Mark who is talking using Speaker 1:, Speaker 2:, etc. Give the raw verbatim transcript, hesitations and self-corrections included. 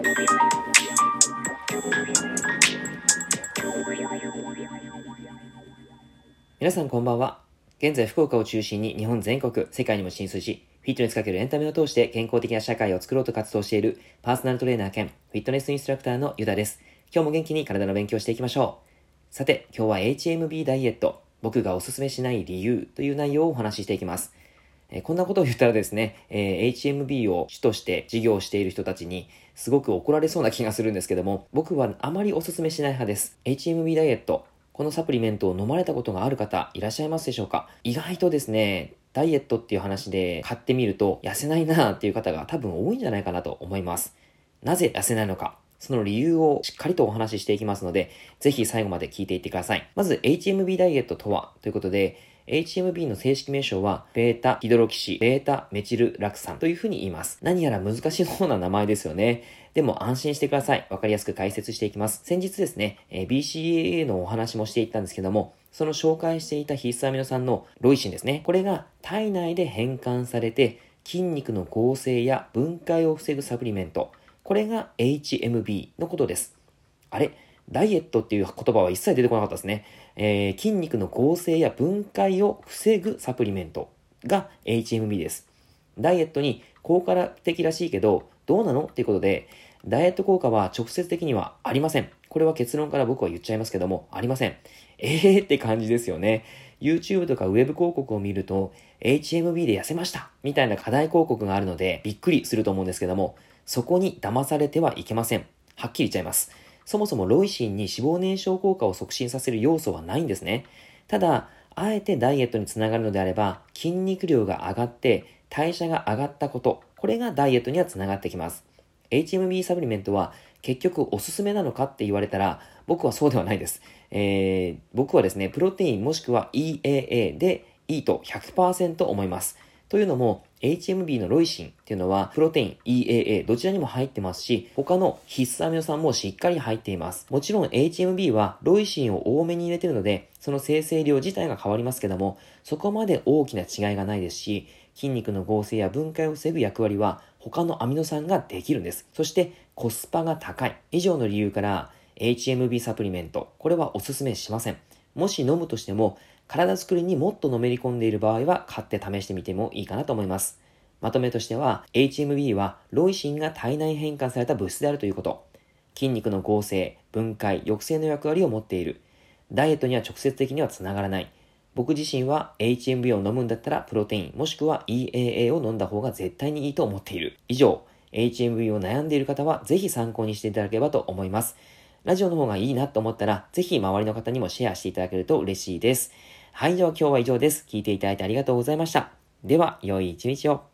Speaker 1: 皆さんこんばんは。現在福岡を中心に日本全国、世界にも進出し、フィットネスかけるエンタメを通して健康的な社会を作ろうと活動しているパーソナルトレーナー兼フィットネスインストラクターのゆだです。今日も元気に体の勉強していきましょう。さて、今日は エイチエムビー ダイエット、僕がおすすめしない理由という内容をお話ししていきます。えー、こんなことを言ったらですね、えー、エイチエムビー を主として事業をしている人たちにすごく怒られそうな気がするんですけども、僕はあまりおすすめしない派です。エイチエムビー ダイエット、このサプリメントを飲まれたことがある方いらっしゃいますでしょうか？意外とですね、ダイエットっていう話で買ってみると痩せないなーっていう方が多分多いんじゃないかなと思います。なぜ痩せないのか、その理由をしっかりとお話ししていきますので、ぜひ最後まで聞いていってください。まず エイチエムビー ダイエットとはということで、エイチエムビー の正式名称は、ベータヒドロキシ、ベータメチルラク酸というふうに言います。何やら難しい方な名前ですよね。でも安心してください。わかりやすく解説していきます。先日ですね、えー、ビーシーエーエー のお話もしていったんですけども、その紹介していた必須アミノ酸のロイシンですね。これが体内で変換されて、筋肉の合成や分解を防ぐサプリメント。これが エイチエムビー のことです。あれダイエットっていう言葉は一切出てこなかったですね。えー、筋肉の合成や分解を防ぐサプリメントが エイチエムビー です。ダイエットに効果的らしいけど、どうなのっていうことで、ダイエット効果は直接的にはありません。これは結論から僕は言っちゃいますけども、ありません。えーって感じですよね。YouTube とかウェブ広告を見ると、エイチエムビー で痩せましたみたいな課題広告があるので、びっくりすると思うんですけども、そこに騙されてはいけません。はっきり言っちゃいます。そもそもロイシンに脂肪燃焼効果を促進させる要素はないんですね。ただ、あえてダイエットにつながるのであれば、筋肉量が上がって代謝が上がったこと、これがダイエットにはつながってきます。エイチエムビー サプリメントは結局おすすめなのかって言われたら、僕はそうではないです。えー、僕はですね、プロテインもしくは イーエーエー でいいと ひゃくパーセント 思います。というのも、エイチエムビー のロイシンっていうのは、プロテイン、イーエーエー、どちらにも入ってますし、他の必須アミノ酸もしっかり入っています。もちろん エイチエムビー はロイシンを多めに入れているので、その生成量自体が変わりますけども、そこまで大きな違いがないですし、筋肉の合成や分解を防ぐ役割は他のアミノ酸ができるんです。そしてコスパが高い。以上の理由から エイチエムビー サプリメント、これはおすすめしません。もし飲むとしても、体作りにもっとのめり込んでいる場合は買って試してみてもいいかなと思います。まとめとしては、エイチエムビー はロイシンが体内変換された物質であるということ。筋肉の合成、分解、抑制の役割を持っている。ダイエットには直接的にはつながらない。僕自身は エイチエムビー を飲むんだったらプロテインもしくは イーエーエー を飲んだ方が絶対にいいと思っている。以上、エイチエムビー を悩んでいる方はぜひ参考にしていただければと思います。ラジオの方がいいなと思ったらぜひ周りの方にもシェアしていただけると嬉しいです。はい、では今日は以上です。聞いていただいてありがとうございました。では、良い一日を。